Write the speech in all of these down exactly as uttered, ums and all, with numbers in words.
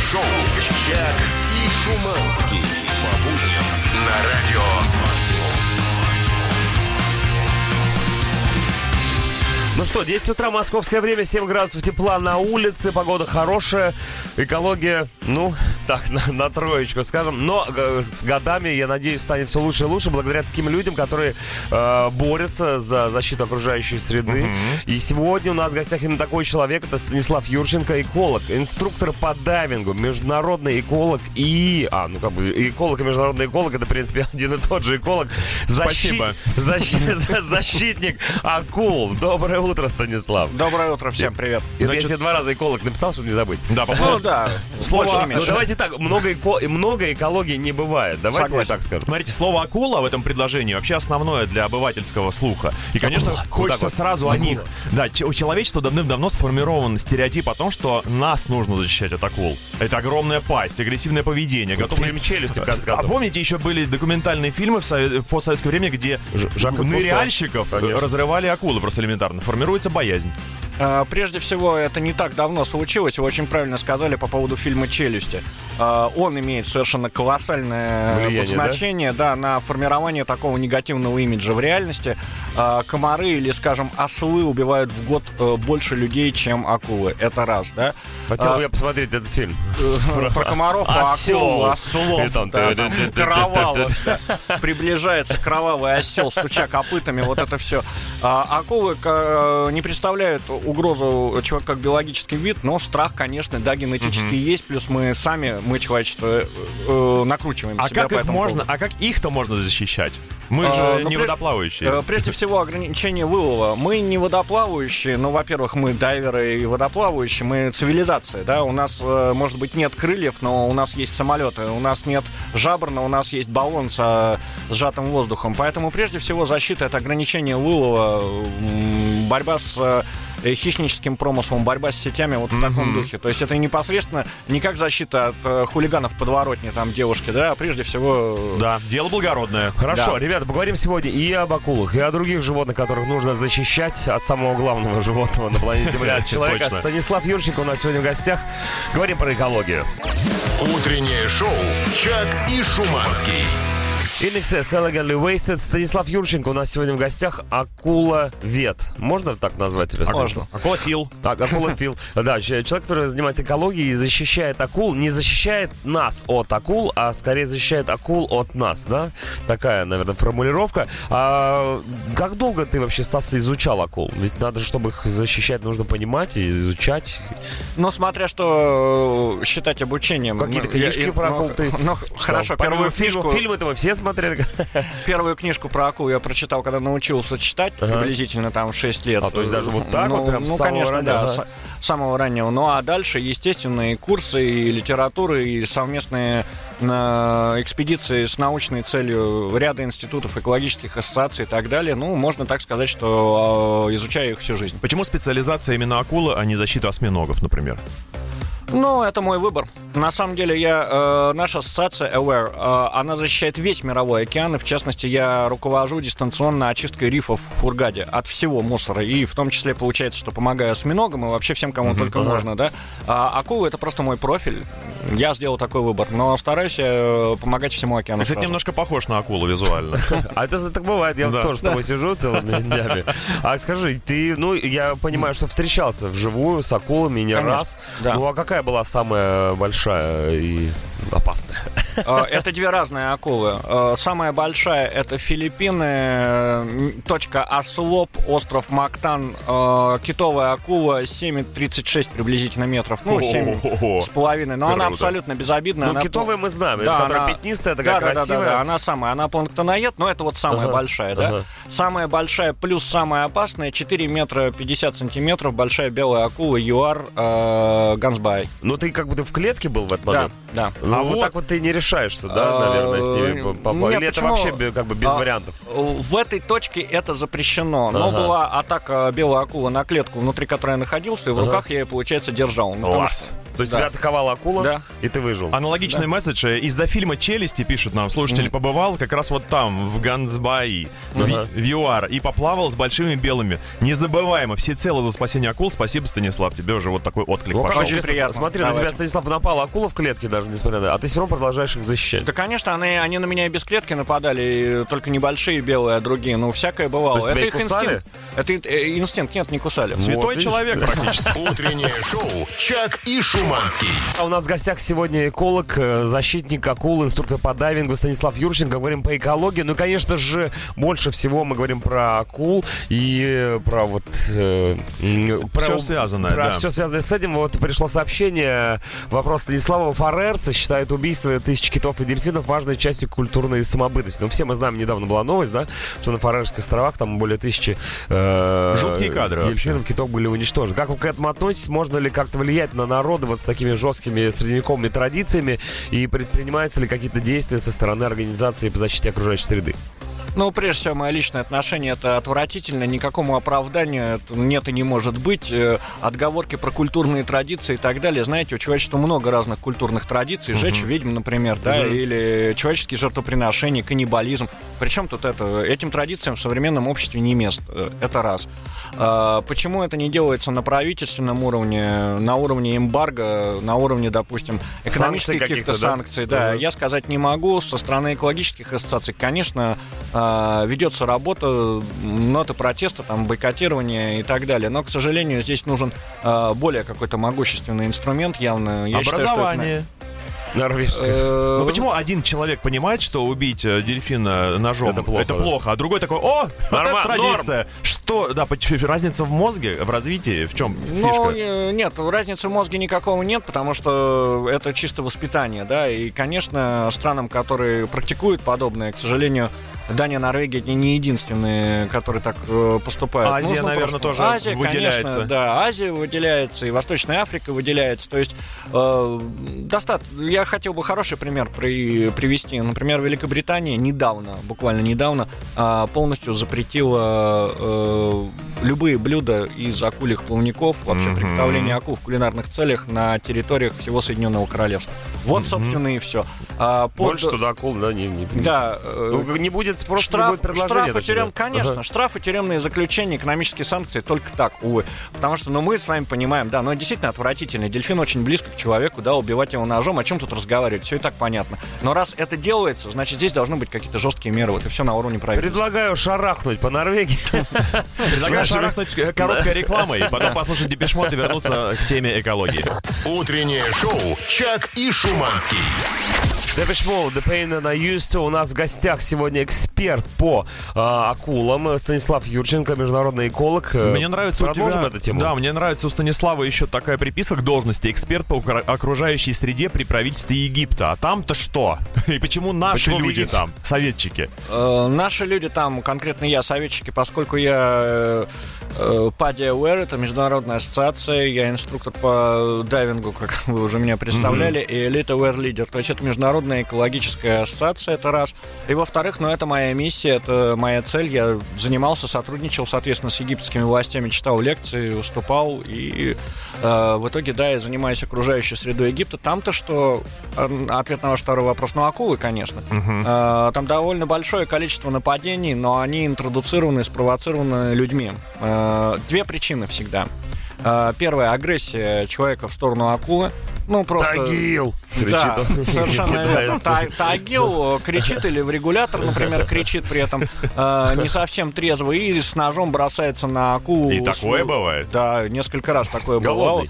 шоу «Чак и Шуманский». По будням на радио «Максимум». Ну что, десять утра, московское время, семь градусов тепла на улице, погода хорошая, экология, ну, так, на, на троечку, скажем. Но э, с годами, я надеюсь, станет все лучше и лучше благодаря таким людям, которые э, борются за защиту окружающей среды. Mm-hmm. И сегодня у нас в гостях именно такой человек, это Станислав Юрченко, эколог, инструктор по дайвингу, международный эколог и... А, ну как бы эколог и международный эколог, это, в принципе, один и тот же эколог. Защит, Спасибо. Защит, защитник акул. Доброе утро. Утро, Станислав. Доброе утро, всем привет. И Значит... я себе два раза эколог написал, чтобы не забыть. Да, по Ну да, слово, ну, давайте так, много, эко... много экологии не бывает. Давайте Согласен. так скажем. Смотрите, слово «акула» в этом предложении вообще основное для обывательского слуха. И, конечно, акула. хочется вот сразу акула. о них. Да, у человечества давным-давно сформирован стереотип о том, что нас нужно защищать от акул. Это огромная пасть, агрессивное поведение, вот готовность... челюсти, в конце концов. А помните, еще были документальные фильмы в, сове... в постсоветское время, где Ж- Жак ныряльщиков Конечно. разрывали акулы просто элементарно. Формируется боязнь. Прежде всего, это не так давно случилось. Вы очень правильно сказали по поводу фильма «Челюсти». Он имеет совершенно колоссальное влияние, значение, да? Да, на формирование такого негативного имиджа в реальности. Комары или, скажем, ослы убивают в год больше людей, чем акулы. Это раз, да? Хотел бы я посмотреть этот фильм. Про комаров, а акул, ослов, кровавых. Приближается кровавый осел, стуча копытами, вот это все. Акулы не представляют угрозу человека как биологический вид, но страх, конечно, да, генетически uh-huh. есть, плюс мы сами, мы, человечество, э, накручиваем а себя как по их этому можно, поводу. А как их-то можно защищать? Мы а, же ну, не прежде, водоплавающие. Прежде всего, ограничение вылова. Мы не водоплавающие, но, во-первых, мы дайверы и водоплавающие, мы цивилизация, да, у нас, может быть, нет крыльев, но у нас есть самолеты, у нас нет жабр, но у нас есть баллон со сжатым воздухом, поэтому, прежде всего, защита — это ограничение вылова, борьба с хищническим промыслом, борьба с сетями вот в mm-hmm. таком духе. То есть это непосредственно не как защита от э, хулиганов подворотни, там, девушки, да, а прежде всего... Да, дело благородное. Хорошо, да. Ребята, поговорим сегодня и об акулах, и о других животных, которых нужно защищать от самого главного животного на планете Земля, человека. Станислав Юрченко у нас сегодня в гостях. Говорим про экологию. Утреннее шоу «Чак и Шуманский». In Excess, Elegantly Wasted. Станислав Юрченко у нас сегодня в гостях. Акула-вет. Можно так назвать тебя? Можно. Акула-фил. Так, акула-фил. Да, человек, который занимается экологией и защищает акул. Не защищает нас от акул, а скорее защищает акул от нас, да? Такая, наверное, формулировка. А как долго ты вообще, Стас, изучал акул? Ведь надо, чтобы их защищать, нужно понимать и изучать. Ну, смотря что считать обучением. Какие-то ну, книжки я, про ну, акул ты Ну, хорошо, первую книжку... Фильмы-то вы все смотрели? Первую книжку про акул я прочитал, когда научился читать, ага. приблизительно там в шесть лет. А то есть даже вот так ну, вот прям ну, с самого конечно, раннего, да, ага. с самого раннего. Ну, а дальше, естественно, и курсы, и литературы, и совместные э, экспедиции с научной целью ряда институтов, экологических ассоциаций и так далее. Ну, можно так сказать, что э, изучаю их всю жизнь. Почему специализация именно акулы, а не защита осьминогов, например? Ну, это мой выбор. На самом деле, я, э, наша ассоциация Aware, э, она защищает весь мировой океан, и, в частности, я руковожу дистанционно очисткой рифов в Хургаде от всего мусора, и в том числе получается, что помогаю осьминогам и вообще всем, кому mm-hmm. только ага. можно, да. А акулы — это просто мой профиль, я сделал такой выбор, но стараюсь э, помогать всему океану. Кстати, немножко похож на акулу визуально. А это так бывает, я тоже с тобой сижу целыми днями. А скажи, ты, ну, я понимаю, что встречался вживую с акулами не раз. Ну, а какая была самая большая и опасная? Это две разные акулы. Самая большая — это Филиппины, точка Ослоп, остров Мактан, китовая акула, семь тридцать шесть приблизительно метров, ну, семь с половиной, но она абсолютно безобидная. Ну, она... китовая мы знаем, да, это которая она... пятнистая, такая да, красивая. Да, да, да, она самая, она планктоноед, но это вот самая ага, большая, да? Ага. Самая большая плюс самая опасная, четыре метра пятьдесят сантиметров, большая белая акула, ЮАР, э, Гансбай. Ну, ты как бы ты в клетке был в этот момент? Да, да. Ну, а вот, вот так вот ты не решил решаешься, да, наверное, с ними поплавать? Или это вообще как бы без вариантов? В этой точке это запрещено. Но была атака белой акулы на клетку, внутри которой я находился, и в руках я ее, получается, держал. Класс. То есть да. тебя атаковала акула, да. и ты выжил. Аналогичный да. месседж из-за фильма «Челюсти», пишут нам слушатели, mm. побывал как раз вот там, в Ганцбаи, uh-huh. в ЮАР, и поплавал с большими белыми. Незабываемо. Всецело за спасение акул. Спасибо, Станислав. Тебе уже вот такой отклик ну, пошел. Очень приятно. Смотри, Давай. на тебя, Станислав, напала акула в клетке даже, несмотря на... А ты все равно продолжаешь их защищать. Да, конечно, они, они на меня и без клетки нападали, только небольшие белые, а другие. Ну, всякое бывало. Это их кусали? инстинкт. Это э, инстинкт. Нет, не кусали. Вот, Святой видишь? человек практически. Утреннее шоу «Чак и Шуманский». У нас в гостях сегодня эколог, защитник акул, инструктор по дайвингу Станислав Юрченко. Говорим по экологии. Ну и, конечно же, больше всего мы говорим про акул и про вот... Э, про, все связанное, про да. все связанное с этим. Вот пришло сообщение. Вопрос Станислава. Фарерцы считают убийство тысяч китов и дельфинов важной частью культурной самобытности. Ну, все мы знаем, недавно была новость, да, что на Фарерских островах там более тысячи э, жуткие кадры дельфинов, вообще. китов были уничтожены. Как вы к этому относитесь? Можно ли как-то влиять на народы вот с такими жесткими средневековыми традициями, и предпринимаются ли какие-то действия со стороны организации по защите окружающей среды? Ну, прежде всего, мое личное отношение — это отвратительно, никакому оправдания нет и не может быть. Отговорки про культурные традиции и так далее. Знаете, у человечества много разных культурных традиций. Uh-huh. Жечь ведьм, например, да, uh-huh. или человеческие жертвоприношения, каннибализм. Причем тут это? Этим традициям в современном обществе не место. Это раз. А, почему это не делается на правительственном уровне, на уровне эмбарго, на уровне, допустим, экономических каких-то санкций? Да, uh-huh. я сказать не могу. Со стороны экологических ассоциаций, конечно, ведется работа, ноты протеста, там, бойкотирование и так далее. Но, к сожалению, здесь нужен э, более какой-то могущественный инструмент, явно. Я Образование. Считаю, что Норвежская. Ну почему один человек понимает, что убить дельфина ножом это плохо, это плохо, а другой такой: о, вот это традиция. Что, да, разница в мозге, в развитии, в чем фишка? Ну, нет, разницы в мозге никакого нет, потому что это чисто воспитание, да, и, конечно, странам, которые практикуют подобное, к сожалению, Дания, Норвегия не единственные, которые так э, поступают. Азия, Нужно наверное, просто... тоже Азия, выделяется. Конечно, да, Азия выделяется, и Восточная Африка выделяется. То есть э, достаточно. Я хотел бы хороший пример при... привести. Например, Великобритания недавно, буквально недавно, э, полностью запретила э, любые блюда из акульих плавников, вообще mm-hmm. приготовление акул в кулинарных целях на территориях всего Соединенного Королевства. Вот, mm-hmm. собственно, и все. А, под... Больше туда акул, да, не, не... Да, ну, не будет просто штраф, не будет предложения. Штрафы, тюрем, конечно, ага. штрафы, тюремные заключения, экономические санкции только так, увы. Потому что, ну, мы с вами понимаем, да, но действительно отвратительно. Дельфин очень близко к человеку, да, убивать его ножом, о чем тут разговаривать, все и так понятно. Но раз это делается, значит, здесь должны быть какие-то жесткие меры, вот и все на уровне правительства. Предлагаю шарахнуть по Норвегии. Предлагаю шарахнуть короткой рекламой, потом послушать Депеш Мод и вернуться к теме экологии. Утреннее шоу «Чак и Шуманский». Депеш Мод, The Pain I Used To. У нас в гостях сегодня эксперт по э, акулам Станислав Юрченко, международный эколог. Мне нравится Продолжим у тебя, эту тему? Да, мне нравится у Станислава еще такая приписка к должности: эксперт по окружающей среде при правительстве Египта. А там-то что? И почему наши почему люди там, советчики? Э, наши люди там, конкретно я, советчики, поскольку я э, Пади Aware, это международная ассоциация, я инструктор по дайвингу, как вы уже меня представляли, mm-hmm. и Elite Aware Leader, то есть это международная экологическая ассоциация, это раз. И во-вторых, ну это моя миссия, это моя цель. Я занимался, сотрудничал, соответственно, с египетскими властями, читал лекции, выступал. И э, в итоге, да, я занимаюсь окружающей средой Египта. Там-то что... Ответ на ваш второй вопрос. Ну, акулы, конечно. Uh-huh. Э, там довольно большое количество нападений, но они интродуцированы, спровоцированы людьми. Э, две причины всегда. Э, первая — агрессия человека в сторону акулы. Ну, просто... Тагил! Да, совершенно верно. Тагил кричит, или в регулятор, например, кричит при этом э, не совсем трезво и с ножом бросается на акулу. И такое бывает? Да, несколько раз такое бывало.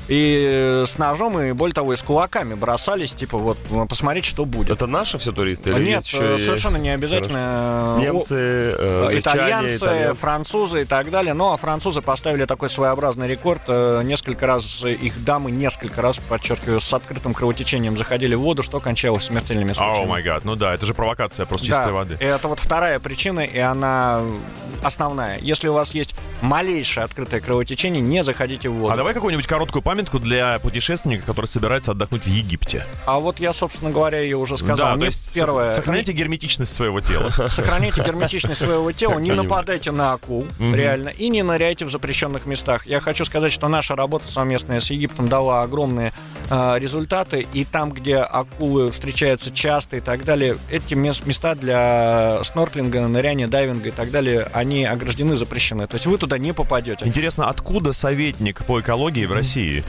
И с ножом, и более того, и с кулаками бросались, типа, вот, посмотреть, что будет. Это наши все туристы? Или Нет, еще совершенно не обязательно. Немцы, э, итальянцы, итальянцы, французы и так далее. Но французы поставили такой своеобразный рекорд. Несколько раз их дамы, несколько раз, подчеркиваю, с открытым кровотечением заходили в воду, что кончалось смертельными случаями. О май гад, ну да, это же провокация просто чистой да, воды. Это вот вторая причина, и она основная. Если у вас есть малейшее открытое кровотечение, не заходите в воду. А давай какую-нибудь короткую память памятку для путешественника, который собирается отдохнуть в Египте. А вот я, собственно говоря, ее уже сказал. Да, не то есть первое, сохраните не... герметичность своего тела. Сохраните герметичность своего тела, не нападайте на акул, реально, и не ныряйте в запрещенных местах. Я хочу сказать, что наша работа совместная с Египтом дала огромные э, результаты, и там, где акулы встречаются часто и так далее, эти места для снорклинга, ныряния, дайвинга и так далее, они ограждены, запрещены. То есть вы туда не попадете. Интересно, откуда советник по экологии в России?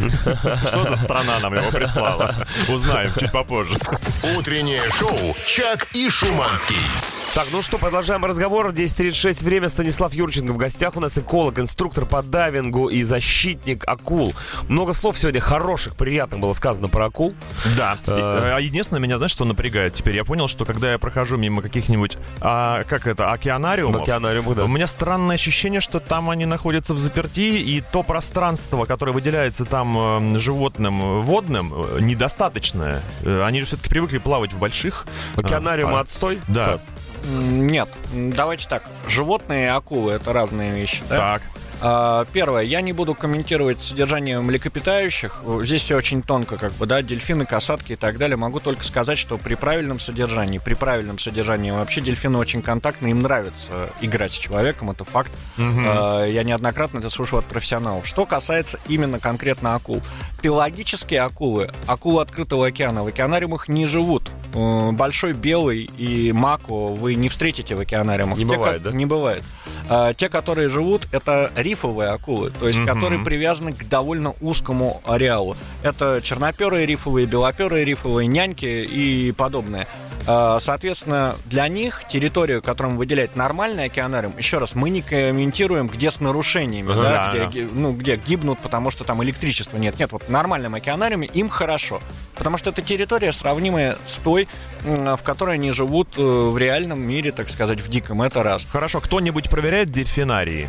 Что за страна нам его прислала? Узнаем чуть попозже. Утреннее шоу «Чак и Шуманский». Так, ну что, продолжаем разговор. десять тридцать шесть время. Станислав Юрченко в гостях. У нас эколог, инструктор по дайвингу и защитник акул. Много слов сегодня хороших, приятных было сказано про акул. Да. А единственное, меня, знаешь, что напрягает теперь? Я понял, что когда я прохожу мимо каких-нибудь, а, как это, океанариумов, океанариумах, да. У меня странное ощущение, что там они находятся в заперти, и то пространство, которое выделяется там э, животным водным, э, недостаточное. Э, они же все-таки привыкли плавать в больших. Океанариумы а, отстой? Да. Стас? Нет, давайте так. Животные и акулы — это разные вещи. Да? Так. Первое, я не буду комментировать содержание млекопитающих. Здесь все очень тонко, как бы, да, дельфины, касатки и так далее. Могу только сказать, что при правильном содержании, при правильном содержании вообще дельфины очень контактны, им нравится играть с человеком, это факт. Mm-hmm. Я неоднократно это слышал от профессионалов. Что касается именно конкретно акул. Пелагические акулы, акулы открытого океана в океанариумах не живут. Большой белый и маку вы не встретите в океанариумах. Не Те, бывает, ко- да? Не бывает. Те, которые живут, это рифовые акулы, то есть mm-hmm. которые привязаны к довольно узкому ареалу. Это черноперые рифовые, белоперые рифовые, няньки и подобное. Соответственно, для них территорию, которую выделяет нормальный океанариум, еще раз, мы не комментируем, где с нарушениями, uh-huh. да, да, где, ну, где гибнут, потому что там электричества нет. Нет, вот в нормальном океанариуме им хорошо, потому что это территория, сравнимая с той, в которой они живут в реальном мире, так сказать, в диком. Это раз. Хорошо, кто-нибудь проверяет дельфинарии?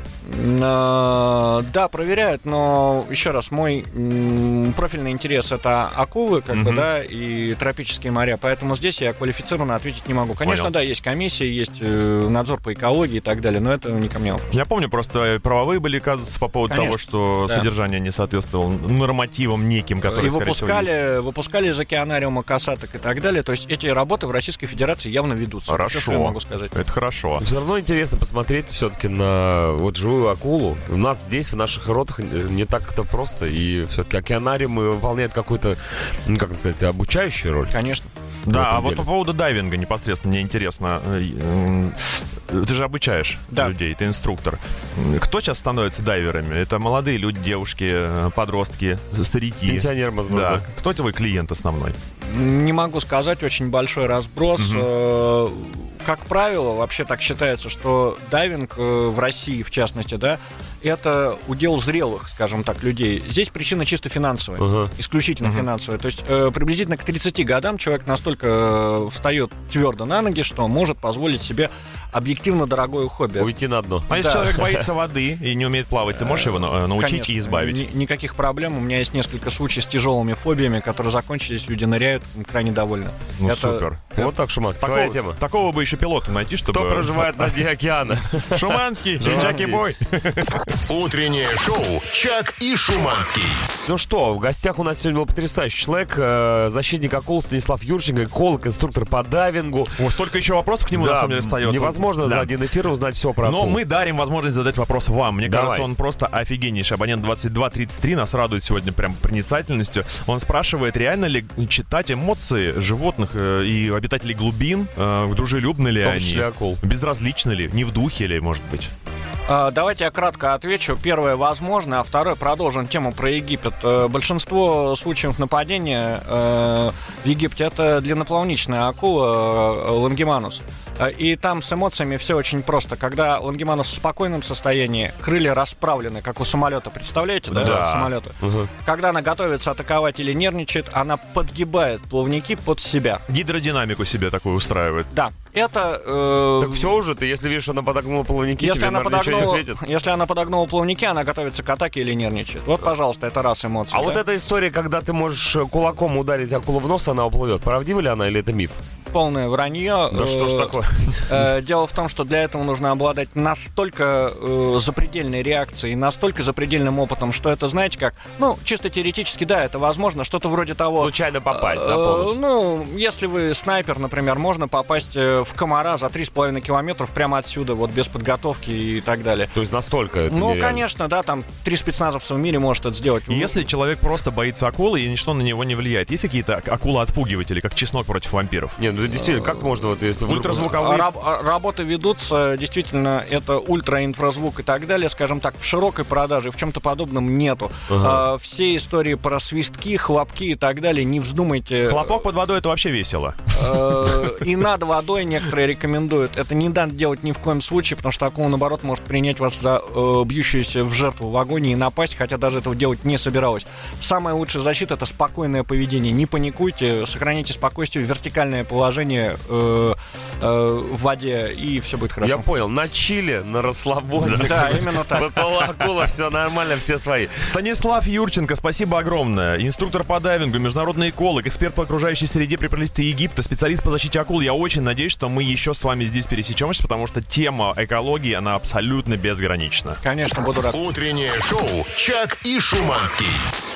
Да, проверяют, но еще раз, мой профильный интерес — это акулы, как uh-huh. бы, да, и тропические моря, поэтому здесь я квалифицированно ответить не могу. Конечно, Понял. Да, есть комиссия, есть э, надзор по экологии и так далее, но это не ко мне вопрос. Я помню, просто правовые были казусы по поводу Конечно, того, что да. содержание не соответствовало нормативам неким, которые, и выпускали, скорее всего, есть. выпускали из океанариума касаток и так далее. То есть эти работы в Российской Федерации явно ведутся. Хорошо. Все, что я могу сказать. Это хорошо. Все равно интересно посмотреть все-таки на вот живую акулу. У нас здесь, в наших ротах, не так это просто. И все-таки океанариумы выполняют какую-то, ну, как сказать, обучающую роль. Конечно. Да, а вот по поводу дайвинга непосредственно мне интересно. Ты же обучаешь да. людей, ты инструктор. Кто сейчас становится дайверами? Это молодые люди, девушки, подростки, старики? Пенсионер, возможно. Да. Кто твой клиент основной? Не могу сказать, очень большой разброс. Угу. Как правило, вообще так считается, что дайвинг в России, в частности, да, это удел зрелых, скажем так, людей. Здесь причина чисто финансовая, uh-huh. исключительно uh-huh. финансовая. То есть э, приблизительно к тридцати годам человек настолько э, встает твердо на ноги, что может позволить себе объективно дорогое хобби. Уйти на дно. А да. если человек боится воды и не умеет плавать, ты можешь его научить Конечно. И избавить? Ни- никаких проблем. У меня есть несколько случаев с тяжелыми фобиями, которые закончились, люди ныряют, крайне довольны. Ну, это... супер. Вот так, Шуманский, твоя тема. Такого бы еще пилота найти, чтобы... Кто проживает на дне океана? Шуманский, Чаки Бой. Утреннее шоу «Чак и Шуманский». Ну что, в гостях у нас сегодня был потрясающий человек, э, защитник акул Станислав Юрченко, эколог, инструктор по дайвингу. О, столько еще вопросов к нему, да, на самом деле, остается. Невозможно да. за один эфир узнать все про акул. Но мы дарим возможность задать вопрос вам. Мне Давай. кажется, он просто офигеннейший. Абонент двадцать два тридцать три нас радует сегодня прям проницательностью. Он спрашивает, реально ли читать эмоции животных э, и обитателей глубин, э, дружелюбны ли В том они, числе акул. безразличны ли, не в духе ли, может быть. Давайте я кратко отвечу. Первое, возможно, а второе, продолжим тему про Египет. Большинство случаев нападения в Египте — это длинноплавничная акула Лангеманус. И там с эмоциями все очень просто. Когда Лангеманус в спокойном состоянии, крылья расправлены, как у самолета, представляете, да, да. самолета? Угу. Когда она готовится атаковать или нервничает, она подгибает плавники под себя. Гидродинамику себе такую устраивает. Да. Это... Э... Так все уже, ты если видишь, что она подогнула плавники, Если тебе, она, наверное, ничего подогнула, не светит. если она подогнула плавники, она готовится к атаке или нервничает. Вот, пожалуйста, это раз эмоции. А да? вот эта история, когда ты можешь кулаком ударить акулу в нос, она уплывет. Правдива ли она или это миф? полное вранье. Да что ж такое? Дело в том, что для этого нужно обладать настолько запредельной реакцией, настолько запредельным опытом, что это, знаете как, ну, чисто теоретически, да, это возможно, что-то вроде того... Случайно попасть, да, полностью? Ну, если вы снайпер, например, можно попасть в комара за три с половиной километров прямо отсюда, вот без подготовки и так далее. То есть настолько это Ну, нереально. конечно, да, там три спецназовца в мире может это сделать. Если человек просто боится акулы и ничто на него не влияет, есть какие-то акулы-отпугиватели, как чеснок против вампиров? Нет, ну действительно, как можно вот если... Ультразвуковые... Раб- работы ведутся, действительно, это ультраинфразвук и так далее, скажем так, в широкой продаже, в чем-то подобном нету. Ага. А, все истории про свистки, хлопки и так далее, не вздумайте... Хлопок под водой — это вообще весело. И над водой некоторые рекомендуют. Это не надо делать ни в коем случае, потому что акула, наоборот, может принять вас за э, бьющуюся в жертву в агонии и напасть, хотя даже этого делать не собиралась. Самая лучшая защита — это спокойное поведение. Не паникуйте, сохраните спокойствие, вертикальное положение э, э, в воде, и все будет хорошо. Я понял, на чили, на расслабоне. Да, именно так. Выпала акула, все нормально, все свои. Станислав Юрченко, спасибо огромное. Инструктор по дайвингу, международный эколог, эксперт по окружающей среде при правительстве Египта, специалист по защите акул. Я очень надеюсь, что мы еще с вами здесь пересечемся, потому что тема экологии, она абсолютно безгранична. Конечно, буду рад. Утреннее шоу «Чак и Шуманский».